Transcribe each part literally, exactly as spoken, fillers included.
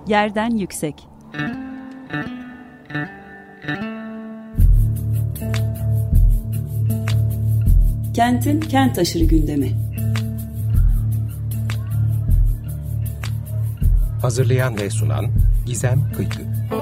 Yerden yüksek. Kentin kent aşırı gündemi. Hazırlayan ve sunan Gizem Kıykı.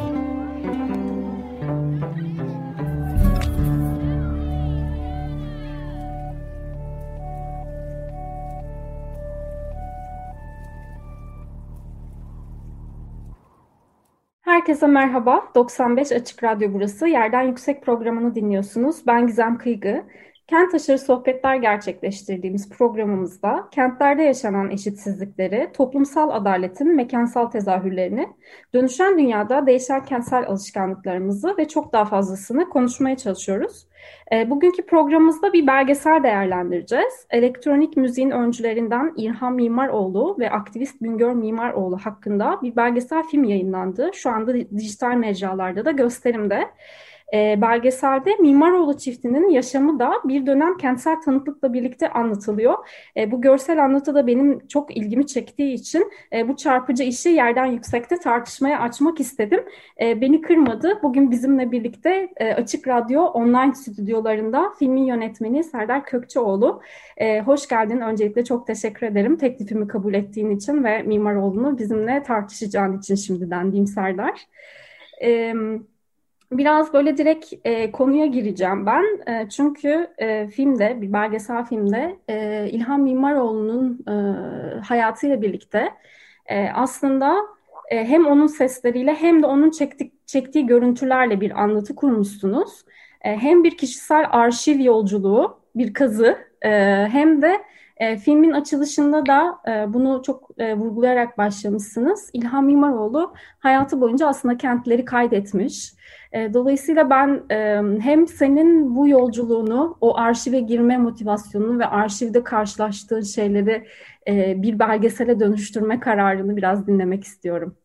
Herkese merhaba. doksan beş Açık Radyo burası. Yerden Yüksek programını dinliyorsunuz. Ben Gizem Kıygı. Kent aşırı sohbetler gerçekleştirdiğimiz programımızda kentlerde yaşanan eşitsizlikleri, toplumsal adaletin mekansal tezahürlerini, dönüşen dünyada değişen kentsel alışkanlıklarımızı ve çok daha fazlasını konuşmaya çalışıyoruz. E, bugünkü programımızda bir belgesel değerlendireceğiz. Elektronik müziğin öncülerinden İlhan Mimaroğlu ve aktivist Güngör Mimaroğlu hakkında bir belgesel film yayınlandı. Şu anda dijital mecralarda da gösterimde. E, belgeselde Mimaroğlu çiftinin yaşamı da bir dönem kentsel tanıklıkla birlikte anlatılıyor. E, bu görsel anlatı da benim çok ilgimi çektiği için e, bu çarpıcı işi yerden yüksekte tartışmaya açmak istedim. E, beni kırmadı. Bugün bizimle birlikte e, Açık Radyo online stüdyolarında filmin yönetmeni Serdar Kökçeoğlu. E, hoş geldin. Öncelikle çok teşekkür ederim teklifimi kabul ettiğin için ve Mimaroğlu'nu bizimle tartışacağın için şimdiden diyeyim Serdar. Evet. Biraz böyle direkt e, konuya gireceğim ben. E, çünkü e, filmde, bir belgesel filmde e, İlhan Mimaroğlu'nun e, hayatıyla birlikte e, aslında e, hem onun sesleriyle hem de onun çektik, çektiği görüntülerle bir anlatı kurmuşsunuz. E, hem bir kişisel arşiv yolculuğu, bir kazı e, hem de e, filmin açılışında da e, bunu çok e, vurgulayarak başlamışsınız. İlhan Mimaroğlu hayatı boyunca aslında kentleri kaydetmiş. Dolayısıyla ben hem senin bu yolculuğunu, o arşive girme motivasyonunu ve arşivde karşılaştığın şeyleri bir belgesele dönüştürme kararını biraz dinlemek istiyorum.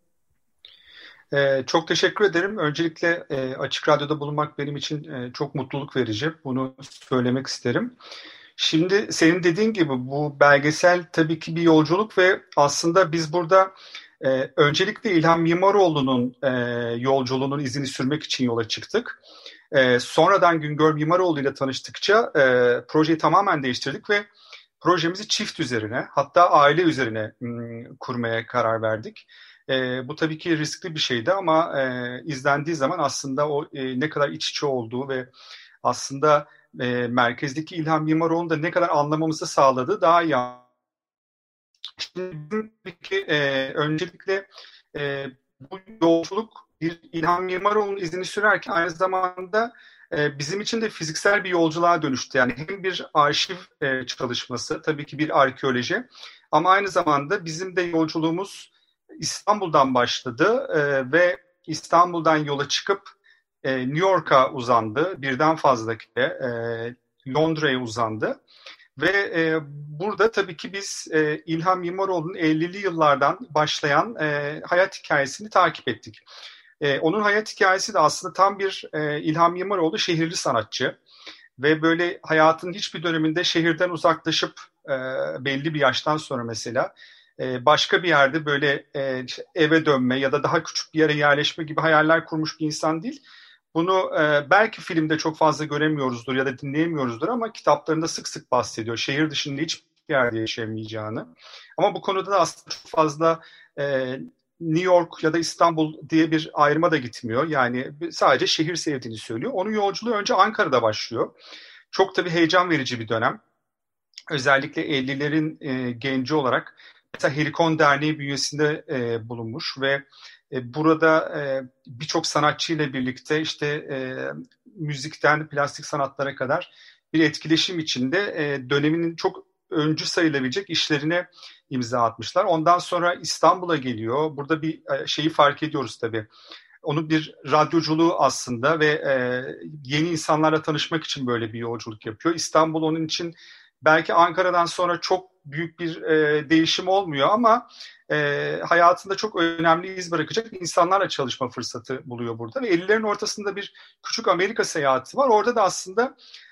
Ee, çok teşekkür ederim. Öncelikle e, Açık Radyo'da bulunmak benim için e, çok mutluluk verici. Bunu söylemek isterim. Şimdi senin dediğin gibi bu belgesel tabii ki bir yolculuk ve aslında biz burada Ee, öncelikle İlhan Mimaroğlu'nun e, yolculuğunun izini sürmek için yola çıktık. E, sonradan Güngör Mimaroğlu ile tanıştıkça e, projeyi tamamen değiştirdik ve projemizi çift üzerine, hatta aile üzerine m, kurmaya karar verdik. E, bu tabii ki riskli bir şeydi ama e, izlendiği zaman aslında o e, ne kadar iç içe olduğu ve aslında e, merkezdeki İlhan Mimaroğlu'nun da ne kadar anlamamızı sağladığı daha iyi. Şimdi ki, e, öncelikle e, bu yolculuk bir İlhan Mimaroğlu'nun izini sürerken aynı zamanda e, bizim için de fiziksel bir yolculuğa dönüştü. Yani hem bir arşiv e, çalışması, tabii ki bir arkeoloji ama aynı zamanda bizim de yolculuğumuz İstanbul'dan başladı e, ve İstanbul'dan yola çıkıp e, New York'a uzandı. Birden fazla kere e, Londra'ya uzandı. Ve e, burada tabii ki biz e, İlhan Mimaroğlu'nun ellili yıllardan başlayan e, hayat hikayesini takip ettik. E, onun hayat hikayesi de aslında tam bir e, İlhan Mimaroğlu şehirli sanatçı. Ve böyle hayatının hiçbir döneminde şehirden uzaklaşıp e, belli bir yaştan sonra mesela e, başka bir yerde böyle e, eve dönme ya da daha küçük bir yere yerleşme gibi hayaller kurmuş bir insan değil. Bunu e, belki filmde çok fazla göremiyoruzdur ya da dinleyemiyoruzdur ama kitaplarında sık sık bahsediyor. Şehir dışında hiçbir yerde yaşayamayacağını. Ama bu konuda da aslında çok fazla e, New York ya da İstanbul diye bir ayrıma da gitmiyor. Yani sadece şehir sevdiğini söylüyor. Onun yolculuğu önce Ankara'da başlıyor. Çok tabii heyecan verici bir dönem. Özellikle ellilerin e, genci olarak mesela Helikon Derneği bünyesinde e, bulunmuş ve e, burada e, birçok sanatçıyla birlikte işte e, müzikten plastik sanatlara kadar bir etkileşim içinde e, döneminin çok öncü sayılabilecek işlerine imza atmışlar. Ondan sonra İstanbul'a geliyor. Burada bir e, şeyi fark ediyoruz tabii. Onun bir radyoculuğu aslında ve e, yeni insanlarla tanışmak için böyle bir yolculuk yapıyor. İstanbul onun için belki Ankara'dan sonra çok büyük bir e, değişim olmuyor ama e, hayatında çok önemli iz bırakacak insanlarla çalışma fırsatı buluyor burada. Ve ellilerin ortasında bir küçük Amerika seyahati var. Orada da aslında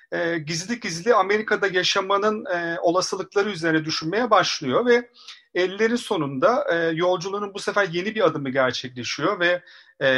e, gizli gizli Amerika'da yaşamanın e, olasılıkları üzerine düşünmeye başlıyor ve ellilerin sonunda e, yolculuğunun bu sefer yeni bir adımı gerçekleşiyor ve e,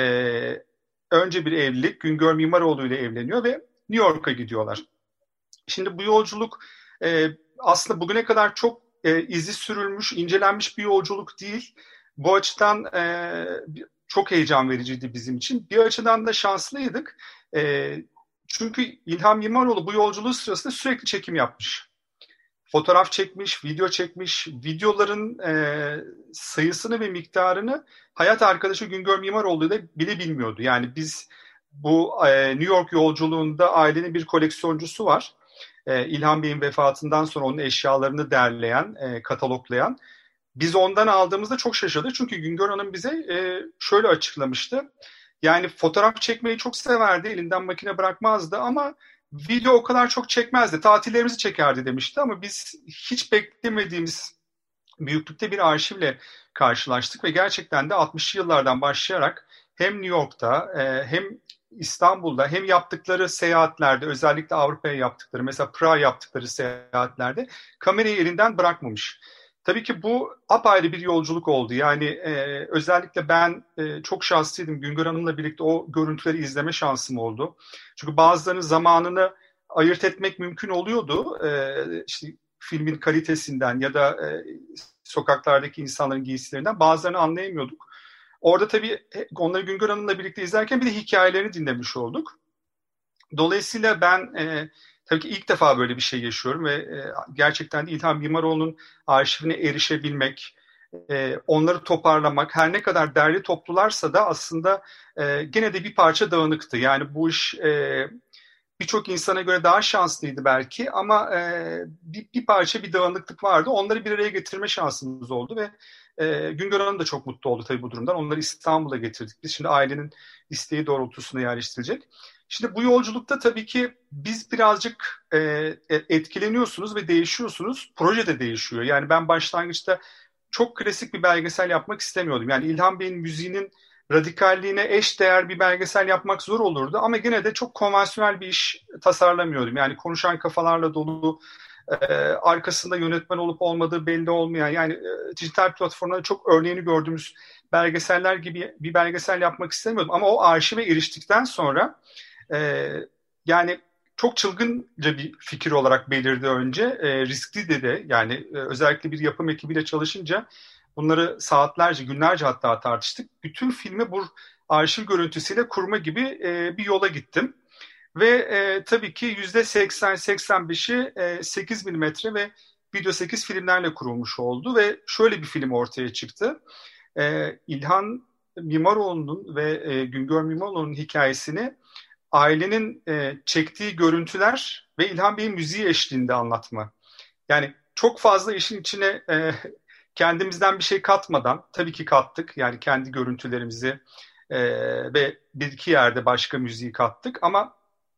önce bir evlilik, Güngör Mimaroğlu ile evleniyor ve New York'a gidiyorlar. Şimdi bu yolculuk e, aslında bugüne kadar çok e, izi sürülmüş, incelenmiş bir yolculuk değil. Bu açıdan e, çok heyecan vericiydi bizim için. Bir açıdan da şanslıydık. E, çünkü İlhan Mimaroğlu bu yolculuğu sırasında sürekli çekim yapmış. Fotoğraf çekmiş, video çekmiş. Videoların e, sayısını ve miktarını hayat arkadaşı Güngör Mimaroğlu da bile bilmiyordu. Yani biz bu e, New York yolculuğunda ailenin bir koleksiyoncusu var. E, İlhan Bey'in vefatından sonra onun eşyalarını derleyen, e, kataloglayan. Biz ondan aldığımızda çok şaşırdık. Çünkü Güngör Hanım bize e, şöyle açıklamıştı. Yani fotoğraf çekmeyi çok severdi, elinden makine bırakmazdı ama video o kadar çok çekmezdi. Tatillerimizi çekerdi demişti ama biz hiç beklemediğimiz büyüklükte bir arşivle karşılaştık ve gerçekten de altmışlı yıllardan başlayarak hem New York'ta e, hem İstanbul'da hem yaptıkları seyahatlerde, özellikle Avrupa'ya yaptıkları, mesela Prag'a yaptıkları seyahatlerde kamerayı elinden bırakmamış. Tabii ki bu apayrı bir yolculuk oldu. Yani e, özellikle ben e, çok şanslıydım. Güngör Hanım'la birlikte o görüntüleri izleme şansım oldu. Çünkü bazılarının zamanını ayırt etmek mümkün oluyordu. E, işte filmin kalitesinden ya da e, sokaklardaki insanların giysilerinden bazılarını anlayamıyorduk. Orada tabii onları Güngör Hanım'la birlikte izlerken bir de hikayelerini dinlemiş olduk. Dolayısıyla ben e, tabii ki ilk defa böyle bir şey yaşıyorum ve e, gerçekten de İlhan Mimaroğlu'nun arşivine erişebilmek, e, onları toparlamak, her ne kadar derli toplularsa da aslında e, gene de bir parça dağınıktı. Yani bu iş e, birçok insana göre daha şanslıydı belki ama e, bir, bir parça bir dağınıklık vardı. Onları bir araya getirme şansımız oldu ve e, Güngör Hanım da çok mutlu oldu tabii bu durumdan. Onları İstanbul'a getirdik. Biz şimdi ailenin isteği doğrultusunda yerleştirilecek. Şimdi bu yolculukta tabii ki biz birazcık e, etkileniyorsunuz ve değişiyorsunuz. Proje de değişiyor. Yani ben başlangıçta çok klasik bir belgesel yapmak istemiyordum. Yani İlhan Bey'in müziğinin radikalliğine eş değer bir belgesel yapmak zor olurdu. Ama yine de çok konvansiyonel bir iş tasarlamıyordum. Yani konuşan kafalarla dolu, e, arkasında yönetmen olup olmadığı belli olmayan, yani e, dijital platformlarda çok örneğini gördüğümüz belgeseller gibi bir belgesel yapmak istemiyordum. Ama o arşive eriştikten sonra Ee, yani çok çılgınca bir fikir olarak belirdi önce. E, riskli de de yani e, özellikle bir yapım ekibiyle çalışınca bunları saatlerce, günlerce hatta tartıştık. Bütün filmi bu arşiv görüntüsüyle kurma gibi e, bir yola gittim. Ve e, tabii ki yüzde seksen seksen beşi e, sekiz milimetre ve video sekiz filmlerle kurulmuş oldu ve şöyle bir film ortaya çıktı. E, İlhan Mimaroğlu'nun ve e, Güngör Mimaroğlu'nun hikayesini ailenin e, çektiği görüntüler ve İlhan Bey'in müziği eşliğinde anlatma. Yani çok fazla işin içine e, kendimizden bir şey katmadan, tabii ki kattık. Yani kendi görüntülerimizi e, ve bir iki yerde başka müziği kattık ama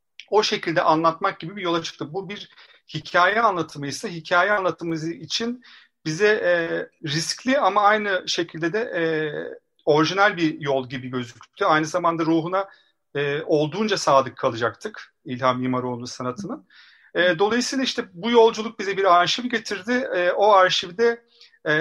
o şekilde anlatmak gibi bir yola çıktı. Bu bir hikaye anlatımı ise hikaye anlatımı için bize e, riskli ama aynı şekilde de e, orijinal bir yol gibi gözüktü. Aynı zamanda ruhuna E, olduğunca sadık kalacaktık İlhan Mimaroğlu sanatının. E, dolayısıyla işte bu yolculuk bize bir arşiv getirdi. E, o arşivde e,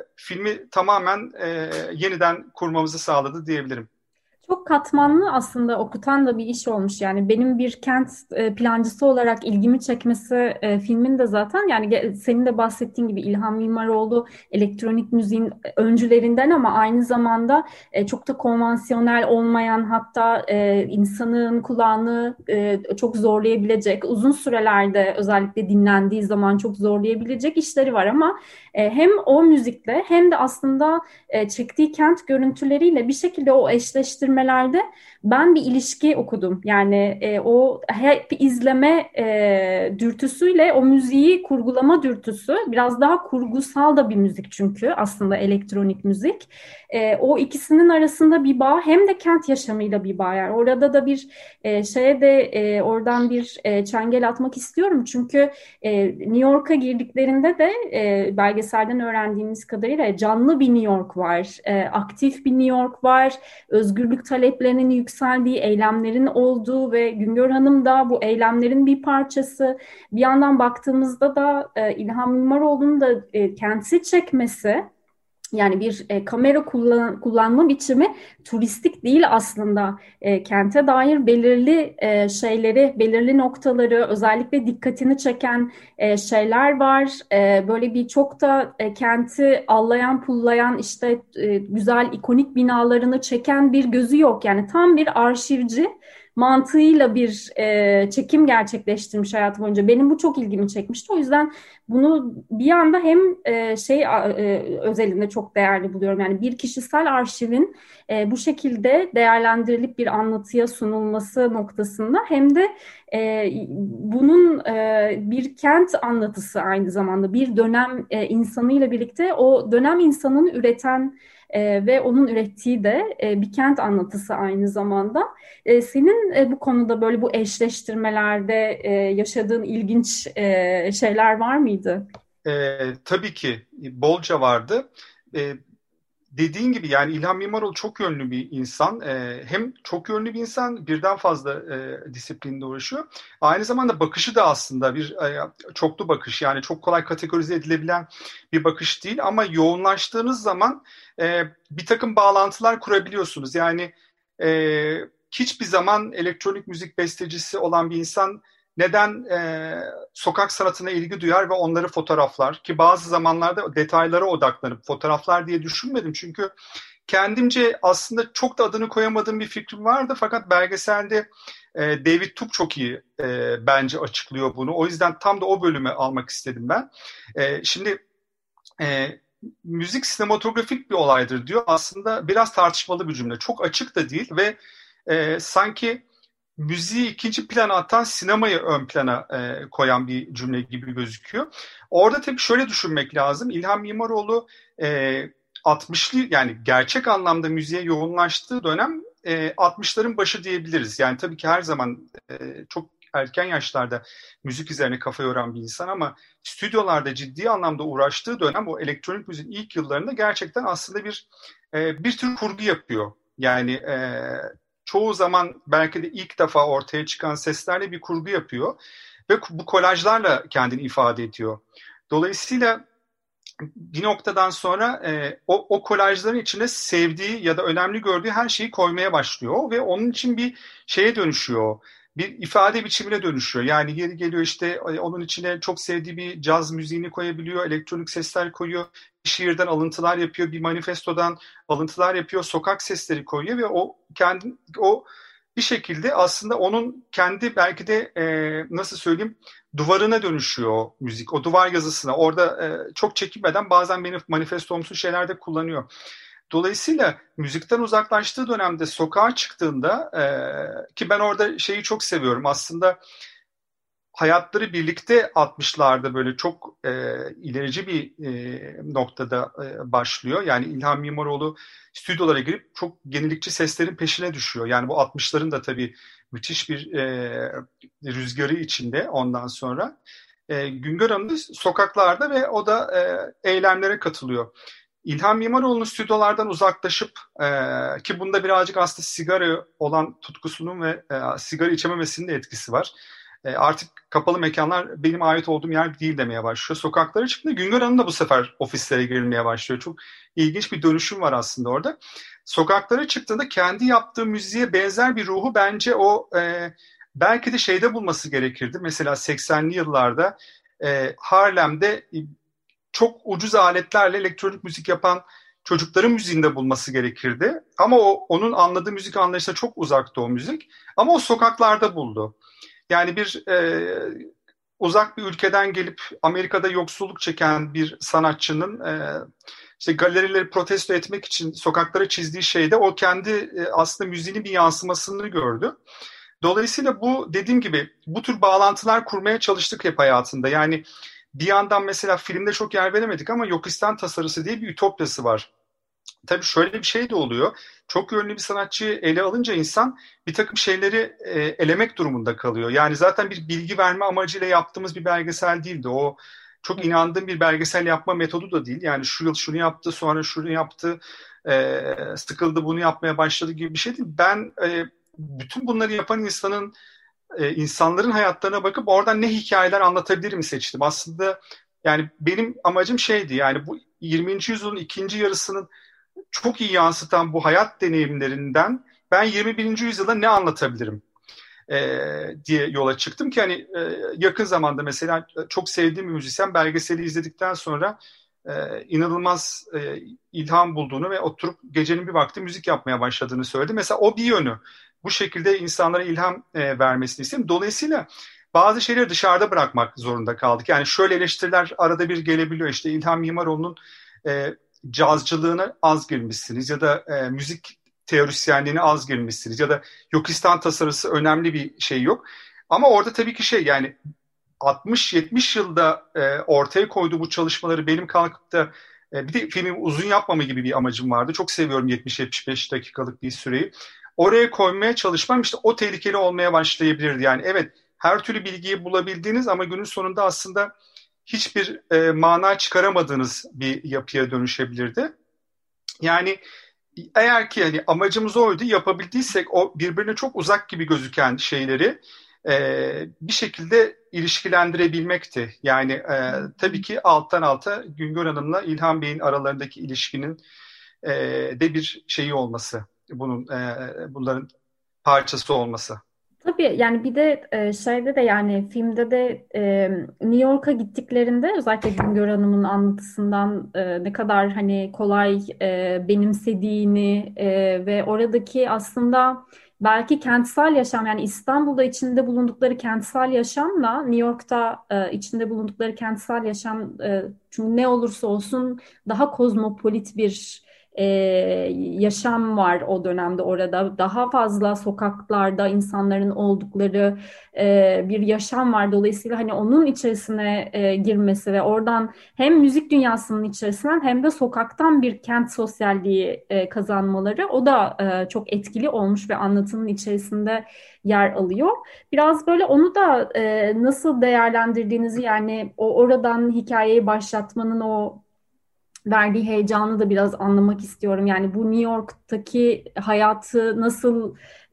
filmi tamamen e, yeniden kurmamızı sağladı diyebilirim. Çok katmanlı aslında okutan da bir iş olmuş. Yani benim bir kent e, plancısı olarak ilgimi çekmesi e, filmin de zaten yani ge- senin de bahsettiğin gibi İlhan Mimaroğlu elektronik müziğin öncülerinden ama aynı zamanda e, çok da konvansiyonel olmayan hatta e, insanın kulağını e, çok zorlayabilecek, uzun sürelerde özellikle dinlendiği zaman çok zorlayabilecek işleri var ama e, hem o müzikle hem de aslında e, çektiği kent görüntüleriyle bir şekilde o eşleştirmelerde ben bir ilişki okudum. Yani e, o hep izleme e, dürtüsüyle o müziği kurgulama dürtüsü biraz daha kurgusal da bir müzik çünkü aslında elektronik müzik. E, o ikisinin arasında bir bağ hem de kent yaşamıyla bir bağ. Yani orada da bir e, şeye de e, oradan bir e, çengel atmak istiyorum. Çünkü e, New York'a girdiklerinde de e, belgeselden öğrendiğimiz kadarıyla canlı bir New York var. E, aktif bir New York var. Özgürlük taleplerinin yükseldiği, eylemlerin olduğu ve Güngör Hanım da bu eylemlerin bir parçası. Bir yandan baktığımızda da e, İlhan Mimaroğlu'nun da e, kenti çekmesi, yani bir e, kamera kullan, kullanma biçimi turistik değil aslında. E, kente dair belirli e, şeyleri, belirli noktaları, özellikle dikkatini çeken e, şeyler var. E, böyle bir çok da e, kenti allayan, pullayan, işte e, güzel ikonik binalarını çeken bir gözü yok. Yani tam bir arşivci mantığıyla bir e, çekim gerçekleştirmiş hayatım boyunca. Benim bu çok ilgimi çekmişti. O yüzden bunu bir yanda hem e, şey e, özelinde çok değerli buluyorum. Yani bir kişisel arşivin e, bu şekilde değerlendirilip bir anlatıya sunulması noktasında, hem de e, bunun e, bir kent anlatısı, aynı zamanda bir dönem e, insanıyla birlikte o dönem insanını üreten e, ve onun ürettiği de e, bir kent anlatısı aynı zamanda. E, senin e, bu konuda böyle bu eşleştirmelerde e, yaşadığın ilginç e, şeyler var mıydı? E, tabii ki bolca vardı. E, dediğin gibi yani İlhan Mimaroğlu çok yönlü bir insan. E, hem çok yönlü bir insan, birden fazla e, disiplinle uğraşıyor. Aynı zamanda bakışı da aslında bir e, çoklu bakış. Yani çok kolay kategorize edilebilen bir bakış değil ama yoğunlaştığınız zaman e, bir takım bağlantılar kurabiliyorsunuz. Yani e, hiçbir zaman elektronik müzik bestecisi olan bir insan neden e, sokak sanatına ilgi duyar ve onları fotoğraflar, ki bazı zamanlarda detaylara odaklanıp fotoğraflar diye düşünmedim. Çünkü kendimce aslında çok da adını koyamadığım bir fikrim vardı, fakat belgeselde e, David Tup çok iyi e, bence açıklıyor bunu. O yüzden tam da o bölümü almak istedim ben. E, şimdi e, müzik sinematografik bir olaydır diyor. Aslında biraz tartışmalı bir cümle. Çok açık da değil ve e, sanki müziği ikinci plana atan sinemayı ön plana e, koyan bir cümle gibi gözüküyor. Orada tabii şöyle düşünmek lazım. İlhan Mimaroğlu e, altmışlı, yani gerçek anlamda müziğe yoğunlaştığı dönem e, altmışların başı diyebiliriz. Yani tabii ki her zaman e, çok erken yaşlarda müzik üzerine kafa yoran bir insan ama stüdyolarda ciddi anlamda uğraştığı dönem, o elektronik müziğin ilk yıllarında gerçekten aslında bir e, bir tür kurgu yapıyor. Yani e, çoğu zaman belki de ilk defa ortaya çıkan seslerle bir kurgu yapıyor ve bu kolajlarla kendini ifade ediyor. Dolayısıyla bir noktadan sonra e, o, o kolajların içine sevdiği ya da önemli gördüğü her şeyi koymaya başlıyor ve onun için bir şeye dönüşüyor. Bir ifade biçimine dönüşüyor. Yani yeri geliyor işte onun içine çok sevdiği bir caz müziğini koyabiliyor, elektronik sesler koyuyor, bir şiirden alıntılar yapıyor, bir manifestodan alıntılar yapıyor, sokak sesleri koyuyor ve o kendi o bir şekilde aslında onun kendi belki de e, nasıl söyleyeyim duvarına dönüşüyor o müzik. O duvar yazısına orada e, çok çekinmeden bazen benim manifestomsu şeyler de kullanıyor. Dolayısıyla müzikten uzaklaştığı dönemde sokağa çıktığında e, ki ben orada şeyi çok seviyorum aslında, hayatları birlikte altmışlarda böyle çok e, ilerici bir e, noktada e, başlıyor. Yani İlhan Mimaroğlu stüdyolara girip çok yenilikçi seslerin peşine düşüyor. Yani bu altmışların da tabii müthiş bir e, rüzgarı içinde ondan sonra. E, Güngör Hanım da sokaklarda ve o da e, eylemlere katılıyor. İlhan Mimaroğlu'nun stüdyolardan uzaklaşıp e, ki bunda birazcık aslında sigara olan tutkusunun ve e, sigara içememesinin de etkisi var. E, artık kapalı mekanlar benim ait olduğum yer değil demeye başlıyor. Sokaklara çıktığında Güngör Hanım da bu sefer ofislere girilmeye başlıyor. Çok ilginç bir dönüşüm var aslında orada. Sokaklara çıktığında kendi yaptığı müziğe benzer bir ruhu bence o e, belki de şeyde bulması gerekirdi. Mesela seksenli yıllarda e, Harlem'de çok ucuz aletlerle elektronik müzik yapan çocukların müziğinde bulması gerekirdi. Ama o onun anladığı müzik anlayışına çok uzaktı o müzik. Ama o sokaklarda buldu. Yani bir e, uzak bir ülkeden gelip Amerika'da yoksulluk çeken bir sanatçının e, işte galerileri protesto etmek için sokaklara çizdiği şeyde o kendi e, aslında müziğinin bir yansımasını gördü. Dolayısıyla bu dediğim gibi bu tür bağlantılar kurmaya çalıştık hep hayatında. Yani bir yandan mesela filmde çok yer veremedik ama Yokistan Tasarısı diye bir ütopyası var. Tabii şöyle bir şey de oluyor. Çok yönlü bir sanatçıyı ele alınca insan bir takım şeyleri e, elemek durumunda kalıyor. Yani zaten bir bilgi verme amacıyla yaptığımız bir belgesel değildi. O çok inandığım bir belgesel yapma metodu da değil. Yani şu yıl şunu yaptı, sonra şunu yaptı, e, sıkıldı bunu yapmaya başladı gibi bir şey değil. Ben e, bütün bunları yapan insanın, e, insanların hayatlarına bakıp oradan ne hikayeler anlatabilirim seçtim. Aslında yani benim amacım şeydi, yani bu yirminci yüzyılın ikinci yarısının çok iyi yansıtan bu hayat deneyimlerinden ben yirmi birinci yüzyılda ne anlatabilirim e, diye yola çıktım ki hani e, yakın zamanda mesela çok sevdiğim bir müzisyen belgeseli izledikten sonra e, inanılmaz e, ilham bulduğunu ve oturup gecenin bir vakti müzik yapmaya başladığını söyledi. Mesela o bir yönü. Bu şekilde insanlara ilham e, vermesini istedim. Dolayısıyla bazı şeyleri dışarıda bırakmak zorunda kaldık. Yani şöyle eleştiriler arada bir gelebiliyor. İşte İlhan Mimaroğlu'nun e, cazcılığına az girmişsiniz ya da e, müzik teorisyenliğine az girmişsiniz ya da Yokistan tasarısı önemli bir şey yok. Ama orada tabii ki şey, yani altmış yetmiş yılda e, ortaya koyduğu bu çalışmaları benim kalkıp da e, bir de filmi uzun yapmama gibi bir amacım vardı. Çok seviyorum yetmiş yetmiş beş dakikalık bir süreyi. Oraya koymaya çalışmam işte o tehlikeli olmaya başlayabilirdi. Yani evet, her türlü bilgiyi bulabildiğiniz ama günün sonunda aslında hiçbir e, mana çıkaramadığınız bir yapıya dönüşebilirdi. Yani eğer ki yani amacımız oydu, yapabildiysek o birbirine çok uzak gibi gözüken şeyleri e, bir şekilde ilişkilendirebilmekti. Yani e, tabii ki alttan alta Güngör Hanım'la İlhan Bey'in aralarındaki ilişkinin e, de bir şeyi olması, bunun e, bunların parçası olması. Tabii yani bir de e, şeyde de yani filmde de e, New York'a gittiklerinde özellikle Güngör Hanım'ın anlatısından e, ne kadar hani kolay e, benimsediğini e, ve oradaki aslında belki kentsel yaşam, yani İstanbul'da içinde bulundukları kentsel yaşamla New York'ta e, içinde bulundukları kentsel yaşam, e, çünkü ne olursa olsun daha kozmopolit bir e, yaşam var o dönemde orada. Daha fazla sokaklarda insanların oldukları e, bir yaşam var. Dolayısıyla hani onun içerisine e, girmesi ve oradan hem müzik dünyasının içerisinden hem de sokaktan bir kent sosyalliği e, kazanmaları, o da e, çok etkili olmuş ve anlatının içerisinde yer alıyor. Biraz böyle onu da e, nasıl değerlendirdiğinizi, yani o oradan hikayeyi başlatmanın o verdiği heyecanı da biraz anlamak istiyorum. Yani bu New York'taki hayatı nasıl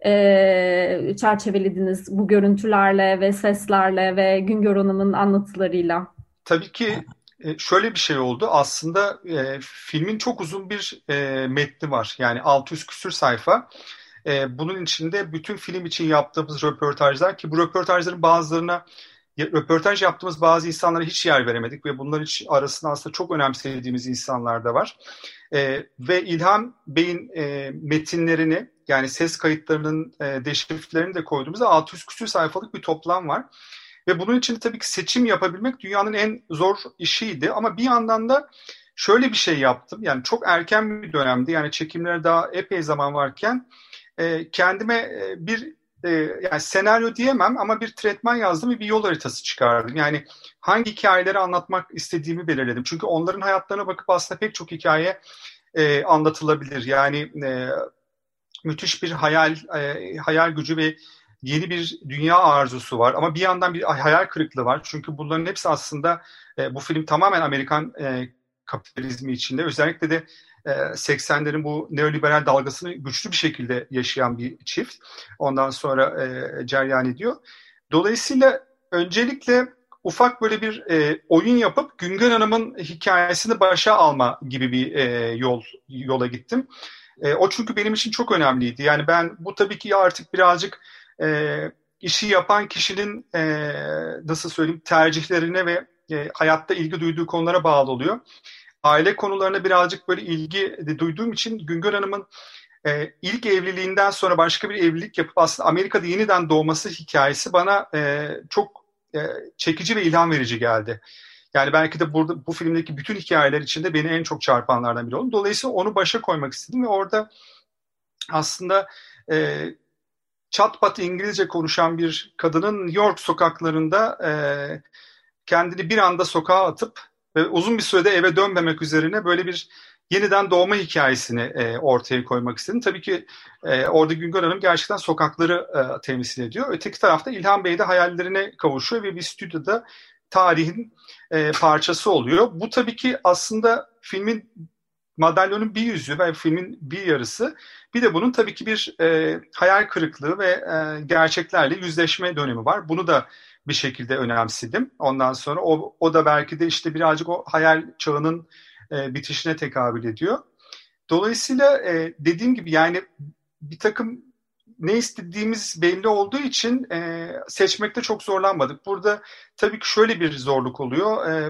e, çerçevelediniz bu görüntülerle ve seslerle ve Güngör Hanım'ın anlatılarıyla? Tabii ki e, şöyle bir şey oldu. Aslında e, filmin çok uzun bir e, metni var. Yani altı yüz küsür sayfa. E, bunun içinde bütün film için yaptığımız röportajlar, ki bu röportajların bazılarına röportaj yaptığımız bazı insanlara hiç yer veremedik ve bunların hiç arasında aslında çok önemsediğimiz insanlar da var. E, ve İlhan Bey'in e, metinlerini, yani ses kayıtlarının e, deşifrelerini de koyduğumuzda altı yüz küsur sayfalık bir toplam var. Ve bunun için tabii ki seçim yapabilmek dünyanın en zor işiydi. Ama bir yandan da şöyle bir şey yaptım. Yani çok erken bir dönemdi. Yani çekimlere daha epey zaman varken e, kendime e, bir e, yani senaryo diyemem ama bir tretman yazdım ve bir yol haritası çıkardım. Yani hangi hikayeleri anlatmak istediğimi belirledim. Çünkü onların hayatlarına bakıp aslında pek çok hikaye e, anlatılabilir. Yani e, müthiş bir hayal, e, hayal gücü ve yeni bir dünya arzusu var. Ama bir yandan bir hayal kırıklığı var. Çünkü bunların hepsi aslında e, bu film tamamen Amerikan e, kapitalizmi içinde. Özellikle de e, seksenlerin bu neoliberal dalgasını güçlü bir şekilde yaşayan bir çift. Ondan sonra e, cereyan ediyor. Dolayısıyla öncelikle ufak böyle bir e, oyun yapıp Güngör Hanım'ın hikayesini başa alma gibi bir e, yol yola gittim. E, o çünkü benim için çok önemliydi. Yani ben bu tabii ki artık birazcık e, işi yapan kişinin e, nasıl söyleyeyim tercihlerine ve e, hayatta ilgi duyduğu konulara bağlı oluyor. Aile konularına birazcık böyle ilgi duyduğum için Güngör Hanım'ın e, ilk evliliğinden sonra başka bir evlilik yapıp aslında Amerika'da yeniden doğması hikayesi bana e, çok e, çekici ve ilham verici geldi. Yani belki de burada bu filmdeki bütün hikayeler içinde beni en çok çarpanlardan biri oldu. Dolayısıyla onu başa koymak istedim ve orada aslında e, çat pat İngilizce konuşan bir kadının New York sokaklarında e, kendini bir anda sokağa atıp ve uzun bir sürede eve dönmemek üzerine böyle bir yeniden doğma hikayesini e, ortaya koymak istedim. Tabii ki e, orada Güngör Hanım gerçekten sokakları e, temsil ediyor. Öteki tarafta İlhan Bey de hayallerine kavuşuyor ve bir stüdyoda tarihin e, parçası oluyor. Bu tabii ki aslında filmin madalyonun bir yüzü ve filmin bir yarısı. Bir de bunun tabii ki bir e, hayal kırıklığı ve e, gerçeklerle yüzleşme dönemi var. Bunu da bir şekilde önemsedim. Ondan sonra o, o da belki de işte birazcık o hayal çağının e, bitişine tekabül ediyor. Dolayısıyla e, dediğim gibi yani bir takım ne istediğimiz belli olduğu için e, seçmekte çok zorlanmadık. Burada tabii ki şöyle bir zorluk oluyor. E,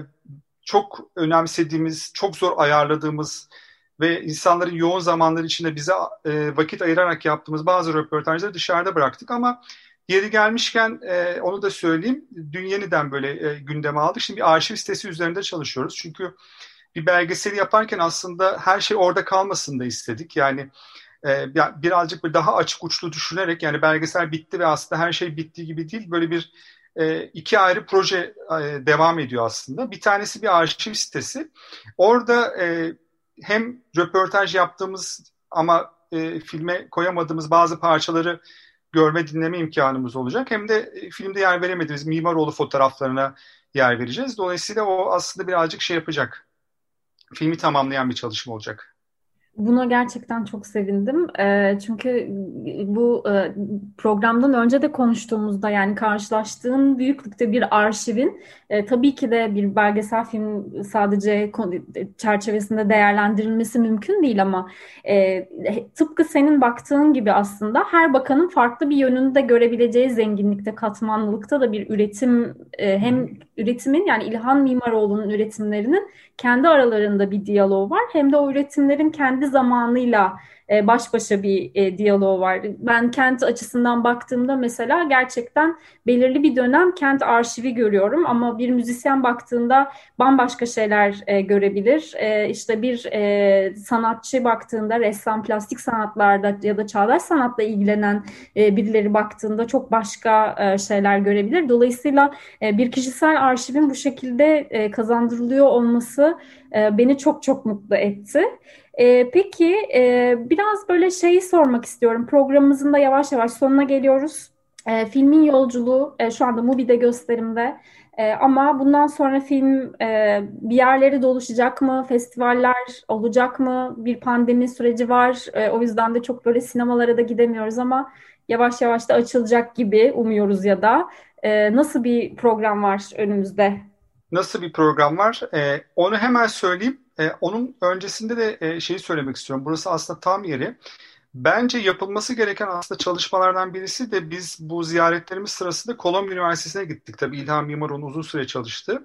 çok önemsediğimiz, çok zor ayarladığımız ve insanların yoğun zamanları içinde bize e, vakit ayırarak yaptığımız bazı röportajları dışarıda bıraktık ama yeri gelmişken e, onu da söyleyeyim. Dün yeniden böyle e, gündeme aldık. Şimdi bir arşiv sitesi üzerinde çalışıyoruz. Çünkü bir belgeseli yaparken aslında her şey orada kalmasını da istedik. Yani e, birazcık bir daha açık uçlu düşünerek yani belgesel bitti ve aslında her şey bittiği gibi değil. Böyle bir e, iki ayrı proje e, devam ediyor aslında. Bir tanesi bir arşiv sitesi. Orada e, hem röportaj yaptığımız ama e, filme koyamadığımız bazı parçaları görme, dinleme imkanımız olacak. Hem de e, filmde yer veremediğimiz Mimaroğlu fotoğraflarına yer vereceğiz. Dolayısıyla o aslında birazcık şey yapacak. Filmi tamamlayan bir çalışma olacak. Buna gerçekten çok sevindim. E, çünkü bu e, programdan önce de konuştuğumuzda yani karşılaştığın büyüklükte bir arşivin e, tabii ki de bir belgesel film sadece çerçevesinde değerlendirilmesi mümkün değil ama e, tıpkı senin baktığın gibi aslında her bakanın farklı bir yönünü de görebileceği zenginlikte, katmanlılıkta da bir üretim e, hem üretimin yani İlhan Mimaroğlu'nun üretimlerinin kendi aralarında bir diyaloğu var hem de o üretimlerin kendi zamanıyla e, baş başa bir e, diyaloğu var. Ben kent açısından baktığımda mesela gerçekten belirli bir dönem kent arşivi görüyorum ama bir müzisyen baktığında bambaşka şeyler e, görebilir. E, işte bir e, sanatçı baktığında ressam, plastik sanatlarda ya da çağdaş sanatla ilgilenen e, birileri baktığında çok başka e, şeyler görebilir. Dolayısıyla e, bir kişisel arşivin bu şekilde e, kazandırılıyor olması e, beni çok çok mutlu etti. Ee, peki e, biraz böyle şeyi sormak istiyorum. Programımızın da yavaş yavaş sonuna geliyoruz. Ee, filmin yolculuğu e, şu anda Mubi'de gösterimde. E, ama bundan sonra film e, bir yerleri doluşacak mı? Festivaller olacak mı? Bir pandemi süreci var. E, o yüzden de çok böyle sinemalara da gidemiyoruz ama yavaş yavaş da açılacak gibi umuyoruz ya da. E, nasıl bir program var önümüzde? Nasıl bir program var? Ee, onu hemen söyleyeyim. Ee, onun öncesinde de e, şeyi söylemek istiyorum. Burası aslında tam yeri. Bence yapılması gereken aslında çalışmalardan birisi de biz bu ziyaretlerimiz sırasında Kolombiya Üniversitesi'ne gittik. Tabii İlhan Mimaroğlu'nun uzun süre çalıştı.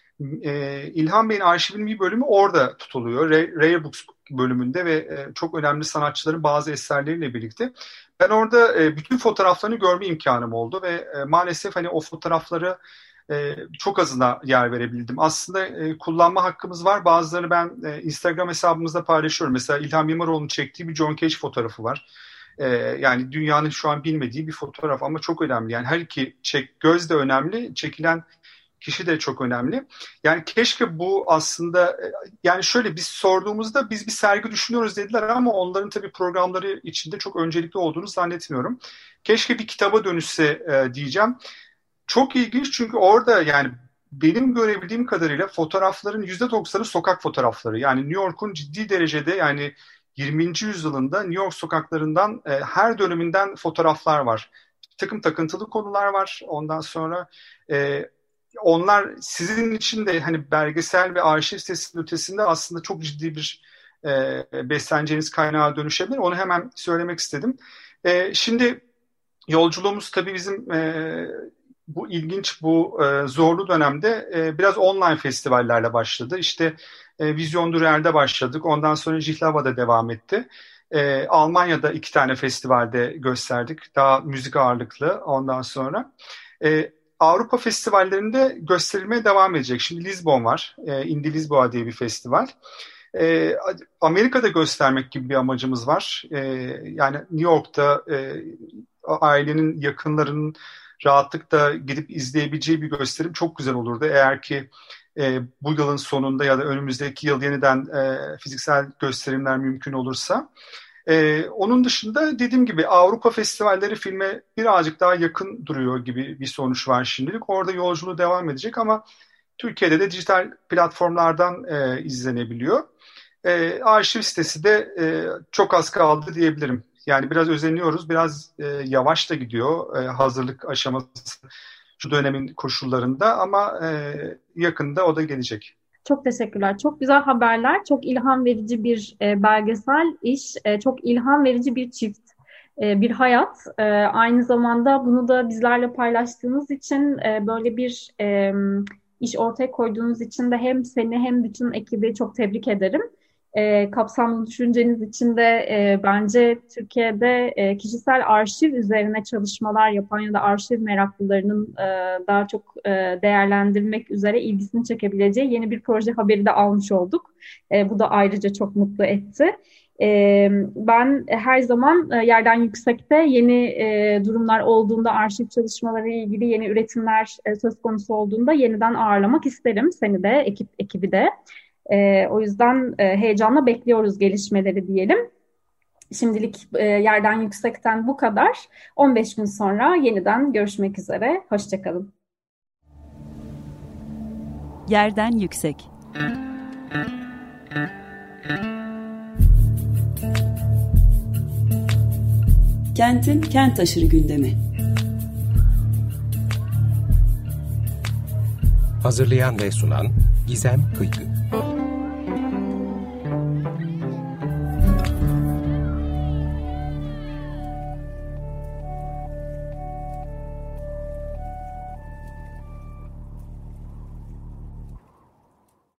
Ee, İlhan Bey'in arşivinin bir bölümü orada tutuluyor. Rare Books bölümünde ve e, çok önemli sanatçıların bazı eserleriyle birlikte. Ben orada e, bütün fotoğraflarını görme imkanım oldu ve e, maalesef hani o fotoğrafları Ee, çok azına yer verebildim. Aslında e, kullanma hakkımız var. Bazılarını ben e, Instagram hesabımızda paylaşıyorum. Mesela İlhan Mimaroğlu'nun çektiği bir John Cage fotoğrafı var. E, yani dünyanın şu an bilmediği bir fotoğraf ama çok önemli. Yani her iki çek, göz de önemli, çekilen kişi de çok önemli. Yani keşke bu aslında e, yani şöyle biz sorduğumuzda biz bir sergi düşünüyoruz dediler ama onların tabii programları içinde çok öncelikli olduğunu zannetmiyorum. Keşke bir kitaba dönüşse e, diyeceğim. Çok ilginç çünkü orada yani benim görebildiğim kadarıyla fotoğrafların yüzde doksanı sokak fotoğrafları. Yani New York'un ciddi derecede yani yirminci yüzyılında New York sokaklarından e, her döneminden fotoğraflar var. Bir takım takıntılı konular var. Ondan sonra e, onlar sizin için de hani belgesel ve arşiv sitesinin ötesinde aslında çok ciddi bir e, besleneceğiniz kaynağa dönüşebilir. Onu hemen söylemek istedim. E, şimdi yolculuğumuz tabii bizim... E, Bu ilginç, bu e, zorlu dönemde e, biraz online festivallerle başladı. İşte e, Vizyon Dürer'de başladık. Ondan sonra Jihlava'da devam etti. E, Almanya'da iki tane festivalde gösterdik. Daha müzik ağırlıklı ondan sonra. E, Avrupa festivallerinde gösterilmeye devam edecek. Şimdi Lisbon var. E, Indie Lisboa diye bir festival. E, Amerika'da göstermek gibi bir amacımız var. E, yani New York'ta e, ailenin, yakınlarının rahatlıkla gidip izleyebileceği bir gösterim çok güzel olurdu. Eğer ki e, bu yılın sonunda ya da önümüzdeki yıl yeniden e, fiziksel gösterimler mümkün olursa. Ee, onun dışında dediğim gibi Avrupa festivalleri filme birazcık daha yakın duruyor gibi bir sonuç var şimdilik. Orada yolculuğu devam edecek ama Türkiye'de de dijital platformlardan e, izlenebiliyor. E, arşiv sitesi de e, çok az kaldı diyebilirim. Yani biraz özeniyoruz, biraz e, yavaş da gidiyor e, hazırlık aşaması şu dönemin koşullarında ama e, yakında o da gelecek. Çok teşekkürler. Çok güzel haberler, çok ilham verici bir e, belgesel iş, e, çok ilham verici bir çift, e, bir hayat. E, aynı zamanda bunu da bizlerle paylaştığınız için, e, böyle bir e, iş ortaya koyduğunuz için de hem seni hem bütün ekibi çok tebrik ederim. E, kapsamlı düşünceniz için de e, bence Türkiye'de e, kişisel arşiv üzerine çalışmalar yapan ya da arşiv meraklılarının e, daha çok e, değerlendirmek üzere ilgisini çekebileceği yeni bir proje haberi de almış olduk. E, bu da ayrıca çok mutlu etti. E, ben her zaman e, yerden yüksekte yeni e, durumlar olduğunda, arşiv çalışmaları ile ilgili yeni üretimler e, söz konusu olduğunda yeniden ağırlamak isterim. Seni de, ekip ekibi de. Ee, o yüzden e, heyecanla bekliyoruz gelişmeleri diyelim. Şimdilik e, yerden yüksekten bu kadar. on beş gün sonra yeniden görüşmek üzere. Hoşçakalın. Yerden yüksek. Kentin kent aşırı gündemi. Hazırlayan ve sunan Gizem Kıykı.